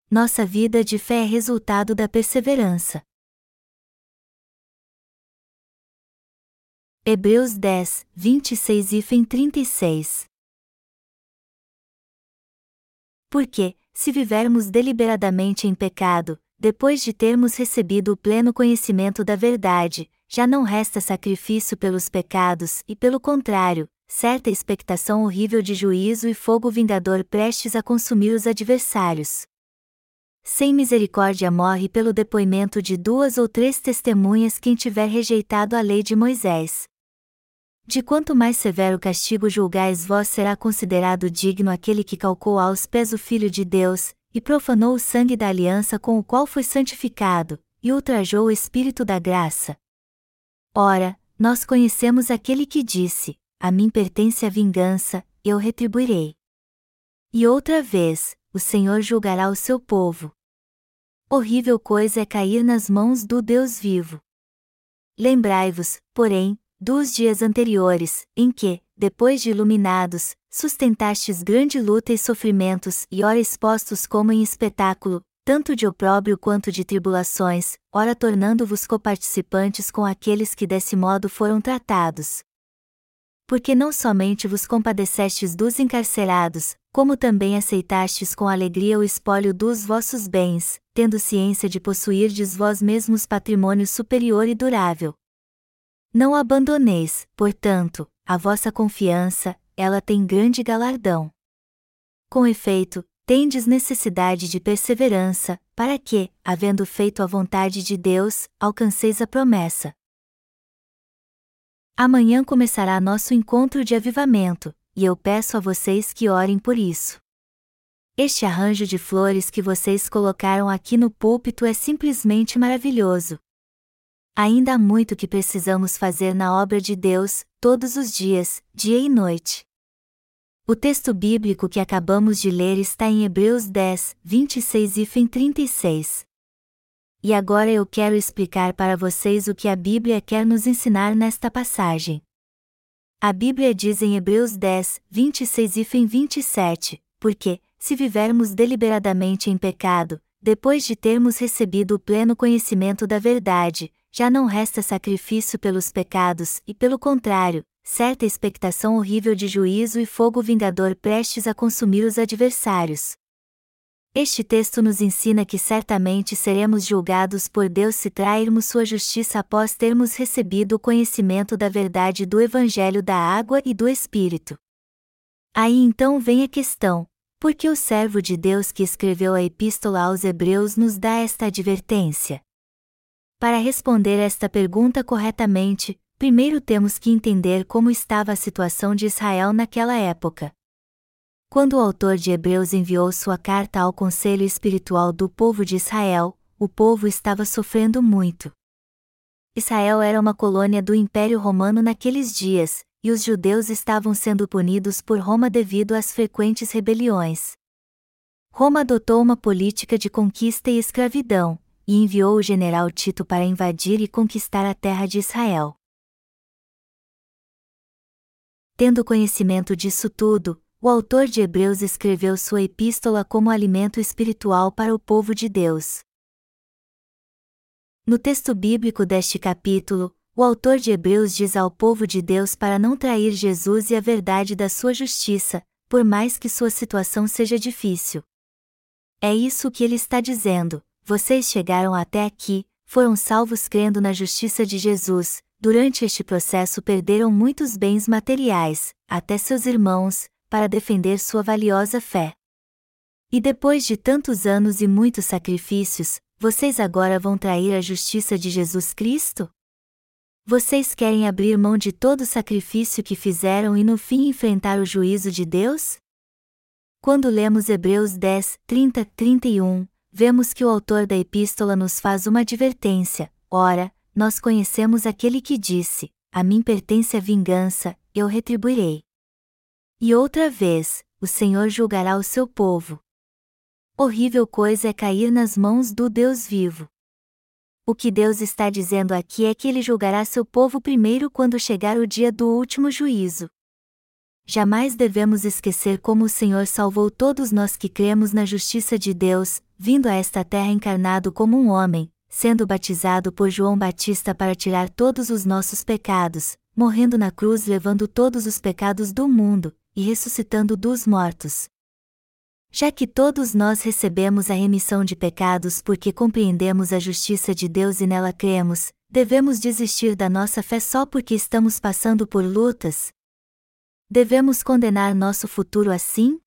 Nossa vida de fé é resultado da perseverança. Hebreus 10, 26 e 36. Porque, se vivermos deliberadamente em pecado, depois de termos recebido o pleno conhecimento da verdade, já não resta sacrifício pelos pecados e, pelo contrário, certa expectação horrível de juízo e fogo vingador prestes a consumir os adversários. Sem misericórdia morre pelo depoimento de 2 ou 3 testemunhas quem tiver rejeitado a lei de Moisés. De quanto mais severo castigo julgais vós, será considerado digno aquele que calcou aos pés o Filho de Deus, e profanou o sangue da aliança com o qual foi santificado, e ultrajou o Espírito da graça. Ora, nós conhecemos aquele que disse: a mim pertence a vingança, eu retribuirei. E outra vez, o Senhor julgará o seu povo. Horrível coisa é cair nas mãos do Deus vivo. Lembrai-vos, porém, dos dias anteriores, em que, depois de iluminados, sustentastes grande luta e sofrimentos, e ora expostos como em espetáculo, tanto de opróbrio quanto de tribulações, ora tornando-vos coparticipantes com aqueles que desse modo foram tratados. Porque não somente vos compadecestes dos encarcerados, como também aceitastes com alegria o espólio dos vossos bens, tendo ciência de possuirdes vós mesmos patrimônio superior e durável. Não abandoneis, portanto, a vossa confiança, ela tem grande galardão. Com efeito, tendes necessidade de perseverança, para que, havendo feito a vontade de Deus, alcanceis a promessa. Amanhã começará nosso encontro de avivamento, e eu peço a vocês que orem por isso. Este arranjo de flores que vocês colocaram aqui no púlpito é simplesmente maravilhoso. Ainda há muito que precisamos fazer na obra de Deus, todos os dias, dia e noite. O texto bíblico que acabamos de ler está em Hebreus 10, 26 e 36. E agora eu quero explicar para vocês o que a Bíblia quer nos ensinar nesta passagem. A Bíblia diz em Hebreus 10, 26 e 27, porque, se vivermos deliberadamente em pecado, depois de termos recebido o pleno conhecimento da verdade, já não resta sacrifício pelos pecados e, pelo contrário, certa expectação horrível de juízo e fogo vingador prestes a consumir os adversários. Este texto nos ensina que certamente seremos julgados por Deus se trairmos sua justiça após termos recebido o conhecimento da verdade do Evangelho da água e do Espírito. Aí então vem a questão: por que o servo de Deus que escreveu a Epístola aos Hebreus nos dá esta advertência? Para responder esta pergunta corretamente, primeiro temos que entender como estava a situação de Israel naquela época. Quando o autor de Hebreus enviou sua carta ao conselho espiritual do povo de Israel, o povo estava sofrendo muito. Israel era uma colônia do Império Romano naqueles dias, e os judeus estavam sendo punidos por Roma devido às frequentes rebeliões. Roma adotou uma política de conquista e escravidão, e enviou o general Tito para invadir e conquistar a terra de Israel. Tendo conhecimento disso tudo, o autor de Hebreus escreveu sua epístola como alimento espiritual para o povo de Deus. No texto bíblico deste capítulo, o autor de Hebreus diz ao povo de Deus para não trair Jesus e a verdade da sua justiça, por mais que sua situação seja difícil. É isso que ele está dizendo: vocês chegaram até aqui, foram salvos crendo na justiça de Jesus, durante este processo perderam muitos bens materiais, até seus irmãos, para defender sua valiosa fé. E depois de tantos anos e muitos sacrifícios, vocês agora vão trair a justiça de Jesus Cristo? Vocês querem abrir mão de todo o sacrifício que fizeram e no fim enfrentar o juízo de Deus? Quando lemos Hebreus 10, 30, 31, vemos que o autor da epístola nos faz uma advertência: ora, nós conhecemos aquele que disse: a mim pertence a vingança, eu retribuirei. E outra vez, o Senhor julgará o seu povo. Horrível coisa é cair nas mãos do Deus vivo. O que Deus está dizendo aqui é que Ele julgará seu povo primeiro quando chegar o dia do último juízo. Jamais devemos esquecer como o Senhor salvou todos nós que cremos na justiça de Deus, vindo a esta terra encarnado como um homem, sendo batizado por João Batista para tirar todos os nossos pecados, morrendo na cruz levando todos os pecados do mundo, e ressuscitando dos mortos. Já que todos nós recebemos a remissão de pecados porque compreendemos a justiça de Deus e nela cremos, devemos desistir da nossa fé só porque estamos passando por lutas? Devemos condenar nosso futuro assim?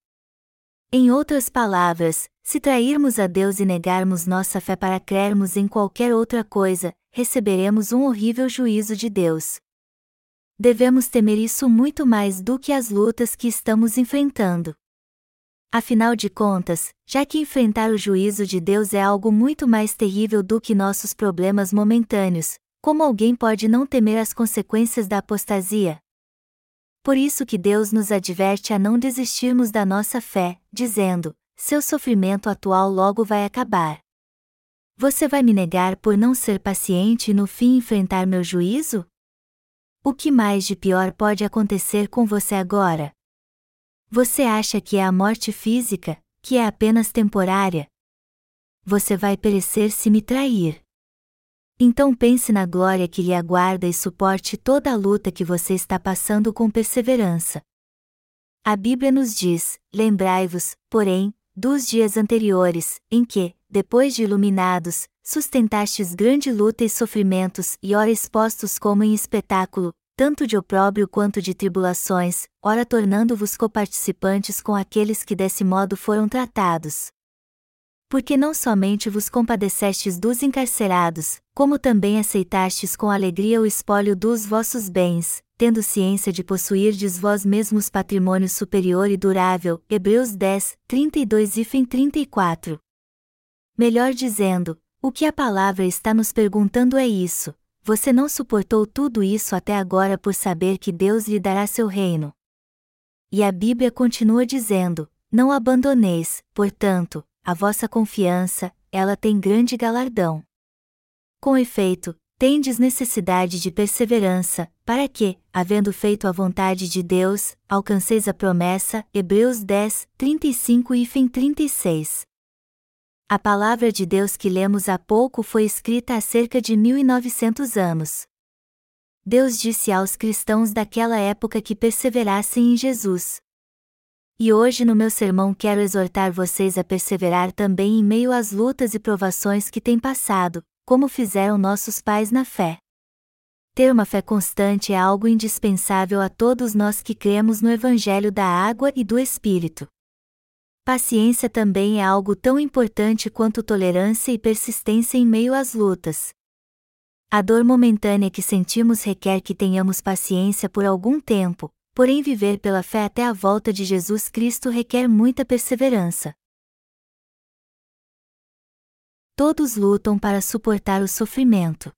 Em outras palavras, se trairmos a Deus e negarmos nossa fé para crermos em qualquer outra coisa, receberemos um horrível juízo de Deus. Devemos temer isso muito mais do que as lutas que estamos enfrentando. Afinal de contas, já que enfrentar o juízo de Deus é algo muito mais terrível do que nossos problemas momentâneos, como alguém pode não temer as consequências da apostasia? Por isso que Deus nos adverte a não desistirmos da nossa fé, dizendo: seu sofrimento atual logo vai acabar. Você vai me negar por não ser paciente e no fim enfrentar meu juízo? O que mais de pior pode acontecer com você agora? Você acha que é a morte física, que é apenas temporária? Você vai perecer se me trair. Então pense na glória que lhe aguarda e suporte toda a luta que você está passando com perseverança. A Bíblia nos diz: lembrai-vos, porém, dos dias anteriores, em que, depois de iluminados, sustentastes grande luta e sofrimentos e ora expostos como em espetáculo, tanto de opróbrio quanto de tribulações, ora tornando-vos coparticipantes com aqueles que desse modo foram tratados. Porque não somente vos compadecestes dos encarcerados, como também aceitastes com alegria o espólio dos vossos bens, tendo ciência de possuirdes vós mesmos patrimônio superior e durável. Hebreus 10, 32 e 34. Melhor dizendo, o que a palavra está nos perguntando é isso: você não suportou tudo isso até agora por saber que Deus lhe dará seu reino. E a Bíblia continua dizendo: não abandoneis, portanto, a vossa confiança, ela tem grande galardão. Com efeito, tendes necessidade de perseverança, para que, havendo feito a vontade de Deus, alcanceis a promessa. Hebreus 10, 35 e 36. A palavra de Deus que lemos há pouco foi escrita há cerca de 1900 anos. Deus disse aos cristãos daquela época que perseverassem em Jesus. E hoje no meu sermão quero exortar vocês a perseverar também em meio às lutas e provações que têm passado, como fizeram nossos pais na fé. Ter uma fé constante é algo indispensável a todos nós que cremos no Evangelho da Água e do Espírito. Paciência também é algo tão importante quanto tolerância e persistência em meio às lutas. A dor momentânea que sentimos requer que tenhamos paciência por algum tempo, porém viver pela fé até a volta de Jesus Cristo requer muita perseverança. Todos lutam para suportar o sofrimento.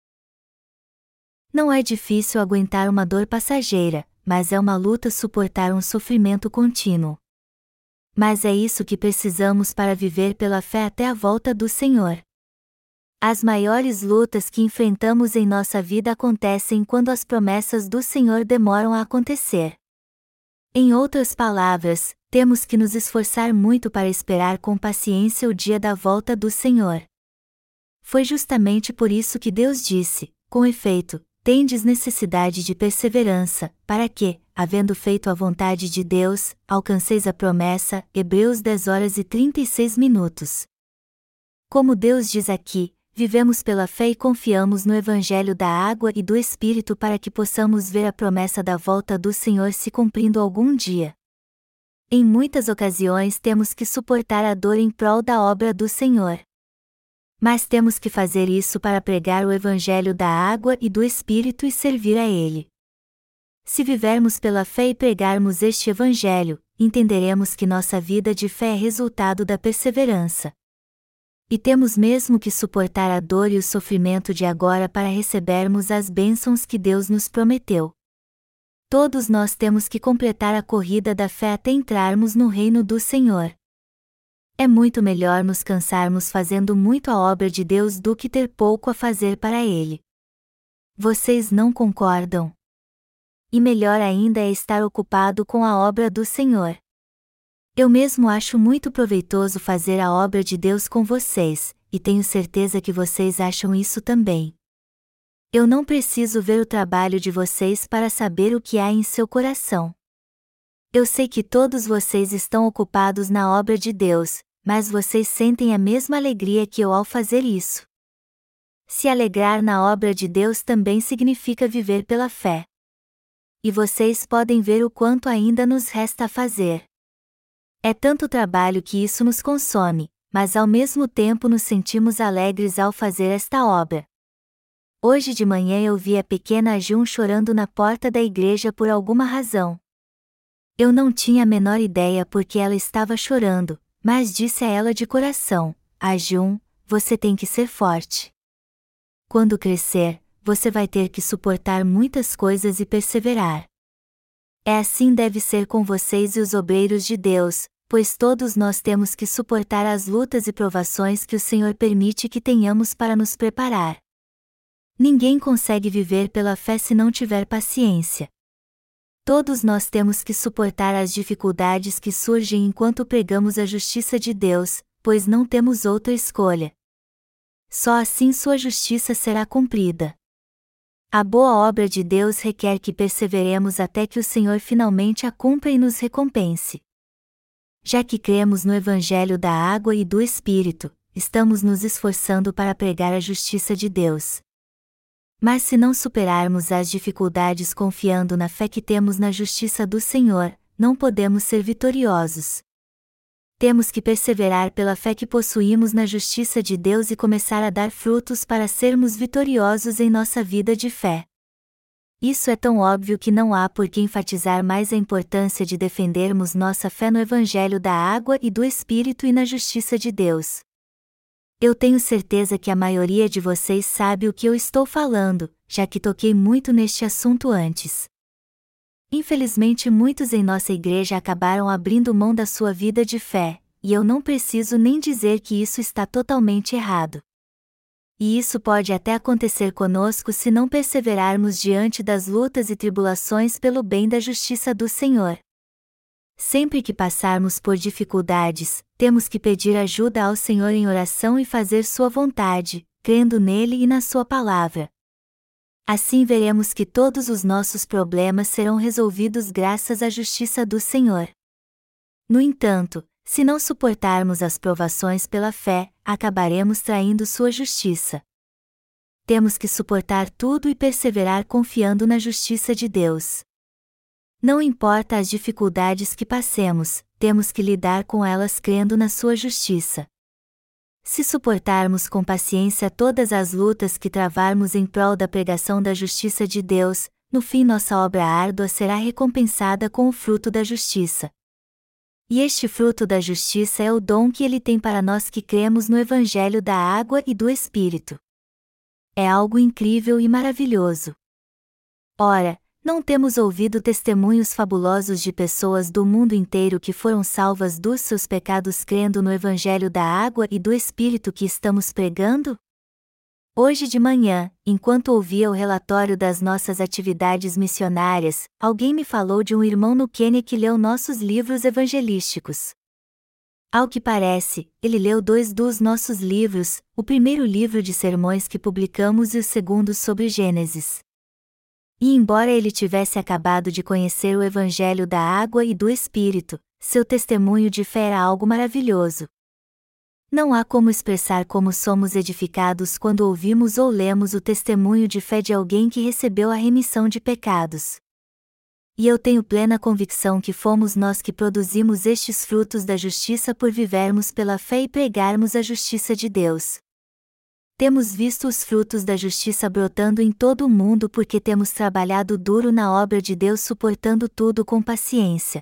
Não é difícil aguentar uma dor passageira, mas é uma luta suportar um sofrimento contínuo. Mas é isso que precisamos para viver pela fé até a volta do Senhor. As maiores lutas que enfrentamos em nossa vida acontecem quando as promessas do Senhor demoram a acontecer. Em outras palavras, temos que nos esforçar muito para esperar com paciência o dia da volta do Senhor. Foi justamente por isso que Deus disse: com efeito, tendes necessidade de perseverança, para que, havendo feito a vontade de Deus, alcanceis a promessa. Hebreus 10 horas e 36 minutos. Como Deus diz aqui, vivemos pela fé e confiamos no Evangelho da Água e do Espírito para que possamos ver a promessa da volta do Senhor se cumprindo algum dia. Em muitas ocasiões temos que suportar a dor em prol da obra do Senhor. Mas temos que fazer isso para pregar o Evangelho da Água e do Espírito e servir a Ele. Se vivermos pela fé e pregarmos este Evangelho, entenderemos que nossa vida de fé é resultado da perseverança. E temos mesmo que suportar a dor e o sofrimento de agora para recebermos as bênçãos que Deus nos prometeu. Todos nós temos que completar a corrida da fé até entrarmos no reino do Senhor. É muito melhor nos cansarmos fazendo muito a obra de Deus do que ter pouco a fazer para Ele. Vocês não concordam? E melhor ainda é estar ocupado com a obra do Senhor. Eu mesmo acho muito proveitoso fazer a obra de Deus com vocês, e tenho certeza que vocês acham isso também. Eu não preciso ver o trabalho de vocês para saber o que há em seu coração. Eu sei que todos vocês estão ocupados na obra de Deus, mas vocês sentem a mesma alegria que eu ao fazer isso. Se alegrar na obra de Deus também significa viver pela fé. E vocês podem ver o quanto ainda nos resta a fazer. É tanto trabalho que isso nos consome, mas ao mesmo tempo nos sentimos alegres ao fazer esta obra. Hoje de manhã eu vi a pequena Jun chorando na porta da igreja por alguma razão. Eu não tinha a menor ideia por que ela estava chorando, mas disse a ela de coração: Jun, você tem que ser forte. Quando crescer, você vai ter que suportar muitas coisas e perseverar. É assim deve ser com vocês e os obreiros de Deus, pois todos nós temos que suportar as lutas e provações que o Senhor permite que tenhamos para nos preparar. Ninguém consegue viver pela fé se não tiver paciência. Todos nós temos que suportar as dificuldades que surgem enquanto pregamos a justiça de Deus, pois não temos outra escolha. Só assim sua justiça será cumprida. A boa obra de Deus requer que perseveremos até que o Senhor finalmente a cumpra e nos recompense. Já que cremos no Evangelho da Água e do Espírito, estamos nos esforçando para pregar a justiça de Deus. Mas se não superarmos as dificuldades confiando na fé que temos na justiça do Senhor, não podemos ser vitoriosos. Temos que perseverar pela fé que possuímos na justiça de Deus e começar a dar frutos para sermos vitoriosos em nossa vida de fé. Isso é tão óbvio que não há por que enfatizar mais a importância de defendermos nossa fé no Evangelho da Água e do Espírito e na justiça de Deus. Eu tenho certeza que a maioria de vocês sabe o que eu estou falando, já que toquei muito neste assunto antes. Infelizmente muitos em nossa igreja acabaram abrindo mão da sua vida de fé, e eu não preciso nem dizer que isso está totalmente errado. E isso pode até acontecer conosco se não perseverarmos diante das lutas e tribulações pelo bem da justiça do Senhor. Sempre que passarmos por dificuldades, temos que pedir ajuda ao Senhor em oração e fazer sua vontade, crendo nele e na sua palavra. Assim veremos que todos os nossos problemas serão resolvidos graças à justiça do Senhor. No entanto, se não suportarmos as provações pela fé, acabaremos traindo sua justiça. Temos que suportar tudo e perseverar confiando na justiça de Deus. Não importa as dificuldades que passemos, temos que lidar com elas crendo na sua justiça. Se suportarmos com paciência todas as lutas que travarmos em prol da pregação da justiça de Deus, no fim nossa obra árdua será recompensada com o fruto da justiça. E este fruto da justiça é o dom que Ele tem para nós que cremos no Evangelho da Água e do Espírito. É algo incrível e maravilhoso. Ora, não temos ouvido testemunhos fabulosos de pessoas do mundo inteiro que foram salvas dos seus pecados crendo no Evangelho da Água e do Espírito que estamos pregando? Hoje de manhã, enquanto ouvia o relatório das nossas atividades missionárias, alguém me falou de um irmão no Quênia que leu nossos livros evangelísticos. Ao que parece, ele leu 2 dos nossos livros, o primeiro livro de sermões que publicamos e o segundo sobre Gênesis. E embora ele tivesse acabado de conhecer o Evangelho da Água e do Espírito, seu testemunho de fé era algo maravilhoso. Não há como expressar como somos edificados quando ouvimos ou lemos o testemunho de fé de alguém que recebeu a remissão de pecados. E eu tenho plena convicção que fomos nós que produzimos estes frutos da justiça por vivermos pela fé e pregarmos a justiça de Deus. Temos visto os frutos da justiça brotando em todo o mundo porque temos trabalhado duro na obra de Deus suportando tudo com paciência.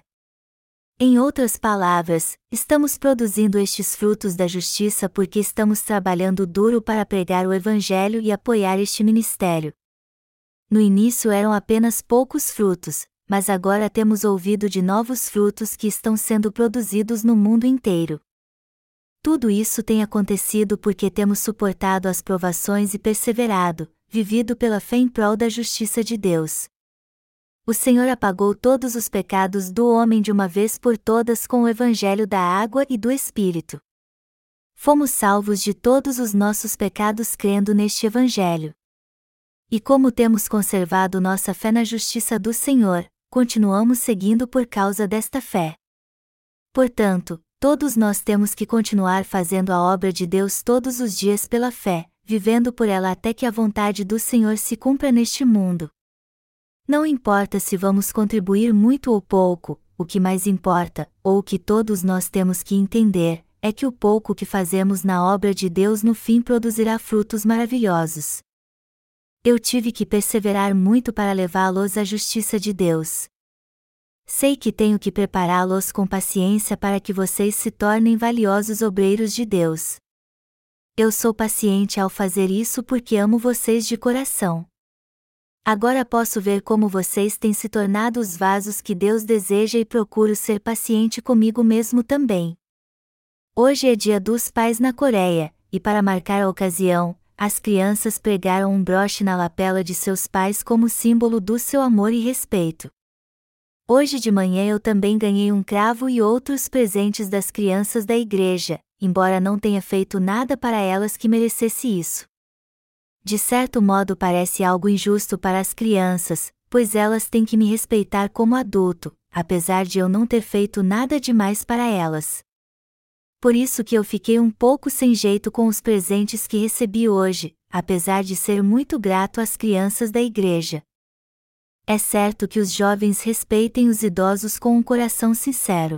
Em outras palavras, estamos produzindo estes frutos da justiça porque estamos trabalhando duro para pregar o Evangelho e apoiar este ministério. No início eram apenas poucos frutos, mas agora temos ouvido de novos frutos que estão sendo produzidos no mundo inteiro. Tudo isso tem acontecido porque temos suportado as provações e perseverado, vivido pela fé em prol da justiça de Deus. O Senhor apagou todos os pecados do homem de uma vez por todas com o Evangelho da água e do Espírito. Fomos salvos de todos os nossos pecados crendo neste Evangelho. E como temos conservado nossa fé na justiça do Senhor, continuamos seguindo por causa desta fé. Portanto, todos nós temos que continuar fazendo a obra de Deus todos os dias pela fé, vivendo por ela até que a vontade do Senhor se cumpra neste mundo. Não importa se vamos contribuir muito ou pouco, o que mais importa, ou o que todos nós temos que entender, é que o pouco que fazemos na obra de Deus no fim produzirá frutos maravilhosos. Eu tive que perseverar muito para levá-los à justiça de Deus. Sei que tenho que prepará-los com paciência para que vocês se tornem valiosos obreiros de Deus. Eu sou paciente ao fazer isso porque amo vocês de coração. Agora posso ver como vocês têm se tornado os vasos que Deus deseja e procuro ser paciente comigo mesmo também. Hoje é Dia dos Pais na Coreia, e para marcar a ocasião, as crianças pregaram um broche na lapela de seus pais como símbolo do seu amor e respeito. Hoje de manhã eu também ganhei um cravo e outros presentes das crianças da igreja, embora não tenha feito nada para elas que merecesse isso. De certo modo parece algo injusto para as crianças, pois elas têm que me respeitar como adulto, apesar de eu não ter feito nada demais para elas. Por isso que eu fiquei um pouco sem jeito com os presentes que recebi hoje, apesar de ser muito grato às crianças da igreja. É certo que os jovens respeitem os idosos com um coração sincero.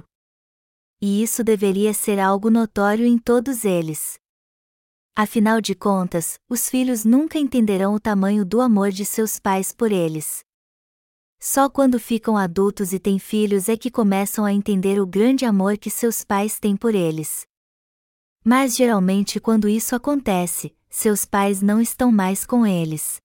E isso deveria ser algo notório em todos eles. Afinal de contas, os filhos nunca entenderão o tamanho do amor de seus pais por eles. Só quando ficam adultos e têm filhos é que começam a entender o grande amor que seus pais têm por eles. Mas geralmente quando isso acontece, seus pais não estão mais com eles.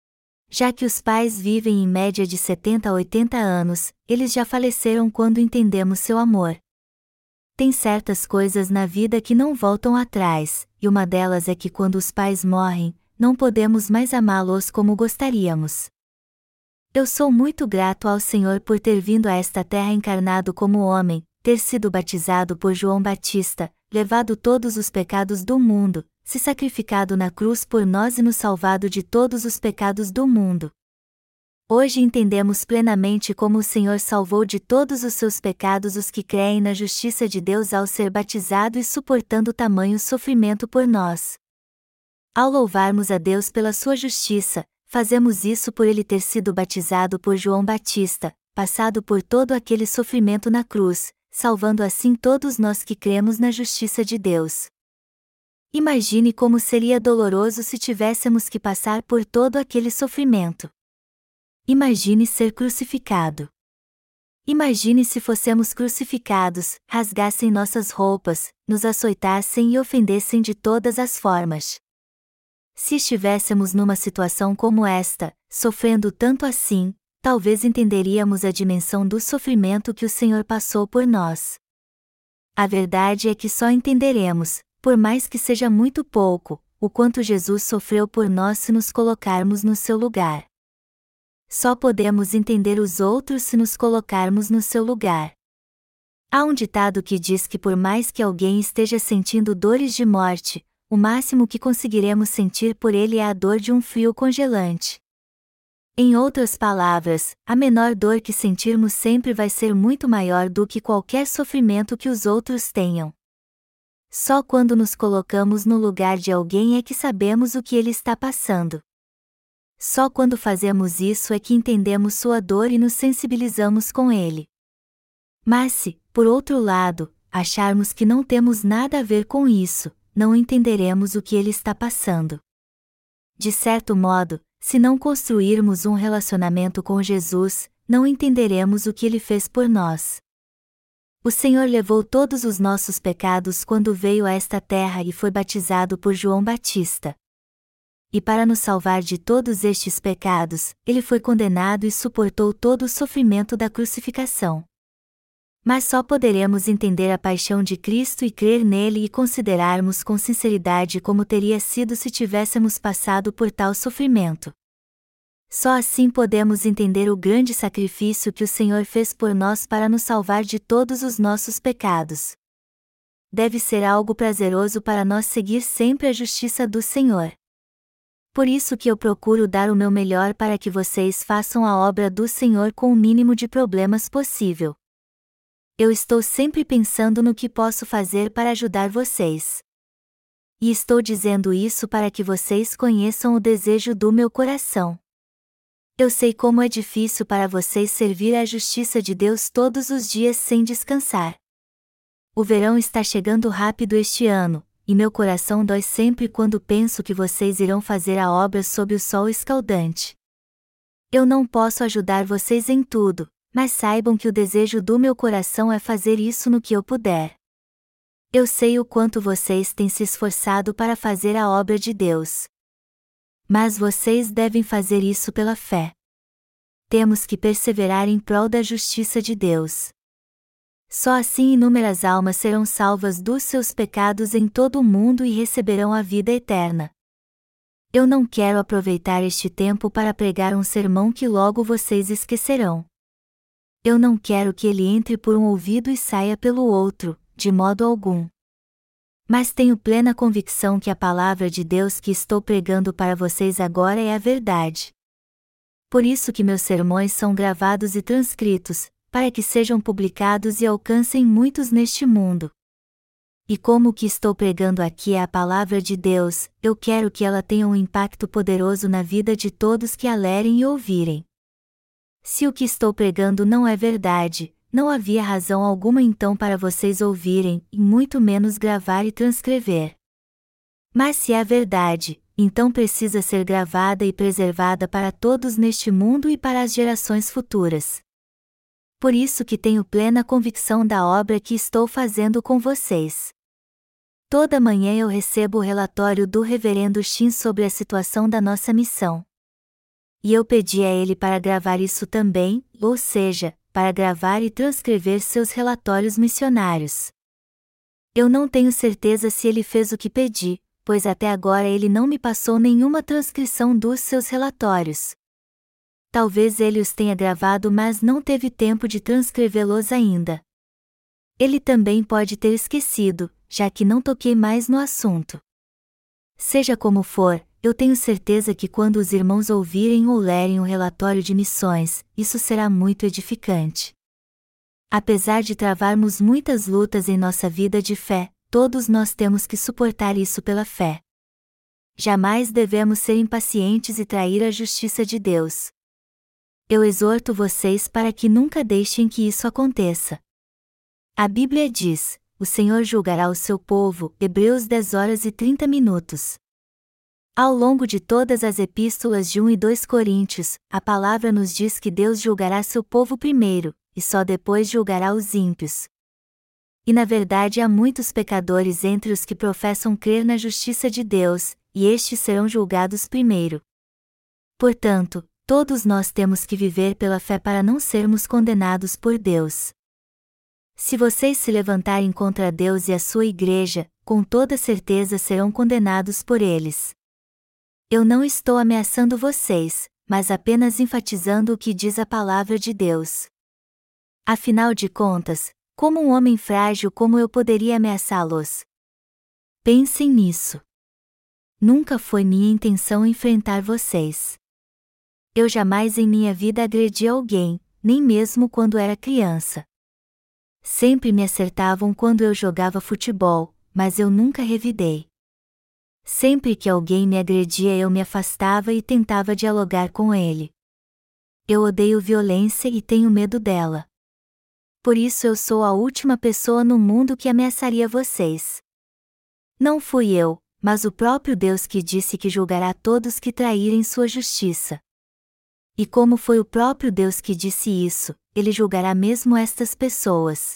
Já que os pais vivem em média de 70 a 80 anos, eles já faleceram quando entendemos seu amor. Tem certas coisas na vida que não voltam atrás, e uma delas é que quando os pais morrem, não podemos mais amá-los como gostaríamos. Eu sou muito grato ao Senhor por ter vindo a esta terra encarnado como homem, ter sido batizado por João Batista, levado todos os pecados do mundo, se sacrificado na cruz por nós e nos salvado de todos os pecados do mundo. Hoje entendemos plenamente como o Senhor salvou de todos os seus pecados os que creem na justiça de Deus ao ser batizado e suportando tamanho sofrimento por nós. Ao louvarmos a Deus pela sua justiça, fazemos isso por ele ter sido batizado por João Batista, passado por todo aquele sofrimento na cruz, salvando assim todos nós que cremos na justiça de Deus. Imagine como seria doloroso se tivéssemos que passar por todo aquele sofrimento. Imagine ser crucificado. Imagine se fossemos crucificados, rasgassem nossas roupas, nos açoitassem e ofendessem de todas as formas. Se estivéssemos numa situação como esta, sofrendo tanto assim, talvez entenderíamos a dimensão do sofrimento que o Senhor passou por nós. A verdade é que só entenderemos, por mais que seja muito pouco, o quanto Jesus sofreu por nós se nos colocarmos no seu lugar. Só podemos entender os outros se nos colocarmos no seu lugar. Há um ditado que diz que por mais que alguém esteja sentindo dores de morte, o máximo que conseguiremos sentir por ele é a dor de um frio congelante. Em outras palavras, a menor dor que sentirmos sempre vai ser muito maior do que qualquer sofrimento que os outros tenham. Só quando nos colocamos no lugar de alguém é que sabemos o que ele está passando. Só quando fazemos isso é que entendemos sua dor e nos sensibilizamos com ele. Mas se, por outro lado, acharmos que não temos nada a ver com isso, não entenderemos o que ele está passando. De certo modo, se não construirmos um relacionamento com Jesus, não entenderemos o que ele fez por nós. O Senhor levou todos os nossos pecados quando veio a esta terra e foi batizado por João Batista. E para nos salvar de todos estes pecados, ele foi condenado e suportou todo o sofrimento da crucificação. Mas só poderemos entender a paixão de Cristo e crer nele e considerarmos com sinceridade como teria sido se tivéssemos passado por tal sofrimento. Só assim podemos entender o grande sacrifício que o Senhor fez por nós para nos salvar de todos os nossos pecados. Deve ser algo prazeroso para nós seguir sempre a justiça do Senhor. Por isso que eu procuro dar o meu melhor para que vocês façam a obra do Senhor com o mínimo de problemas possível. Eu estou sempre pensando no que posso fazer para ajudar vocês. E estou dizendo isso para que vocês conheçam o desejo do meu coração. Eu sei como é difícil para vocês servir à justiça de Deus todos os dias sem descansar. O verão está chegando rápido este ano, e meu coração dói sempre quando penso que vocês irão fazer a obra sob o sol escaldante. Eu não posso ajudar vocês em tudo, mas saibam que o desejo do meu coração é fazer isso no que eu puder. Eu sei o quanto vocês têm se esforçado para fazer a obra de Deus. Mas vocês devem fazer isso pela fé. Temos que perseverar em prol da justiça de Deus. Só assim inúmeras almas serão salvas dos seus pecados em todo o mundo e receberão a vida eterna. Eu não quero aproveitar este tempo para pregar um sermão que logo vocês esquecerão. Eu não quero que ele entre por um ouvido e saia pelo outro, de modo algum. Mas tenho plena convicção que a palavra de Deus que estou pregando para vocês agora é a verdade. Por isso que meus sermões são gravados e transcritos, para que sejam publicados e alcancem muitos neste mundo. E como o que estou pregando aqui é a palavra de Deus, eu quero que ela tenha um impacto poderoso na vida de todos que a lerem e ouvirem. Se o que estou pregando não é verdade, não havia razão alguma então para vocês ouvirem, e muito menos gravar e transcrever. Mas se é verdade, então precisa ser gravada e preservada para todos neste mundo e para as gerações futuras. Por isso que tenho plena convicção da obra que estou fazendo com vocês. Toda manhã eu recebo o relatório do Reverendo Shin sobre a situação da nossa missão. E eu pedi a ele para gravar isso também, ou seja, para gravar e transcrever seus relatórios missionários. Eu não tenho certeza se ele fez o que pedi, pois até agora ele não me passou nenhuma transcrição dos seus relatórios. Talvez ele os tenha gravado, mas não teve tempo de transcrevê-los ainda. Ele também pode ter esquecido, já que não toquei mais no assunto. Seja como for, eu tenho certeza que quando os irmãos ouvirem ou lerem o relatório de missões, isso será muito edificante. Apesar de travarmos muitas lutas em nossa vida de fé, todos nós temos que suportar isso pela fé. Jamais devemos ser impacientes e trair a justiça de Deus. Eu exorto vocês para que nunca deixem que isso aconteça. A Bíblia diz: o Senhor julgará o seu povo, Hebreus 10h30. Ao longo de todas as epístolas de 1 e 2 Coríntios, a palavra nos diz que Deus julgará seu povo primeiro, e só depois julgará os ímpios. E na verdade há muitos pecadores entre os que professam crer na justiça de Deus, e estes serão julgados primeiro. Portanto, todos nós temos que viver pela fé para não sermos condenados por Deus. Se vocês se levantarem contra Deus e a sua igreja, com toda certeza serão condenados por eles. Eu não estou ameaçando vocês, mas apenas enfatizando o que diz a palavra de Deus. Afinal de contas, como um homem frágil como eu poderia ameaçá-los? Pensem nisso. Nunca foi minha intenção enfrentar vocês. Eu jamais em minha vida agredi alguém, nem mesmo quando era criança. Sempre me acertavam quando eu jogava futebol, mas eu nunca revidei. Sempre que alguém me agredia eu me afastava e tentava dialogar com ele. Eu odeio violência e tenho medo dela. Por isso eu sou a última pessoa no mundo que ameaçaria vocês. Não fui eu, mas o próprio Deus que disse que julgará todos que traírem sua justiça. E como foi o próprio Deus que disse isso, ele julgará mesmo estas pessoas.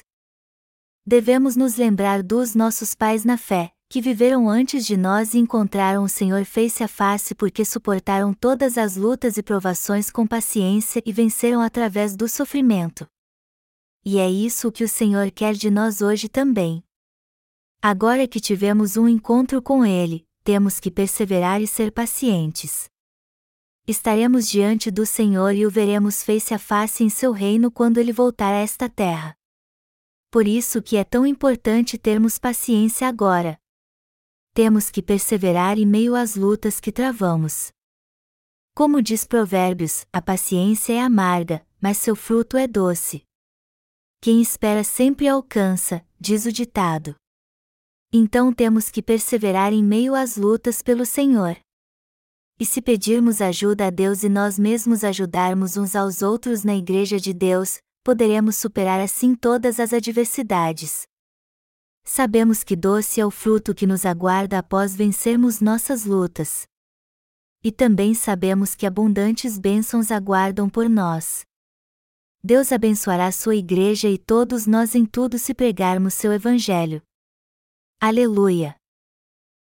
Devemos nos lembrar dos nossos pais na fé, que viveram antes de nós e encontraram o Senhor face a face porque suportaram todas as lutas e provações com paciência e venceram através do sofrimento. E é isso o que o Senhor quer de nós hoje também. Agora que tivemos um encontro com Ele, temos que perseverar e ser pacientes. Estaremos diante do Senhor e o veremos face a face em seu reino quando ele voltar a esta terra. Por isso que é tão importante termos paciência agora. Temos que perseverar em meio às lutas que travamos. Como diz Provérbios, a paciência é amarga, mas seu fruto é doce. Quem espera sempre alcança, diz o ditado. Então temos que perseverar em meio às lutas pelo Senhor. E se pedirmos ajuda a Deus e nós mesmos ajudarmos uns aos outros na Igreja de Deus, poderemos superar assim todas as adversidades. Sabemos que doce é o fruto que nos aguarda após vencermos nossas lutas. E também sabemos que abundantes bênçãos aguardam por nós. Deus abençoará sua Igreja e todos nós em tudo se pregarmos seu Evangelho. Aleluia!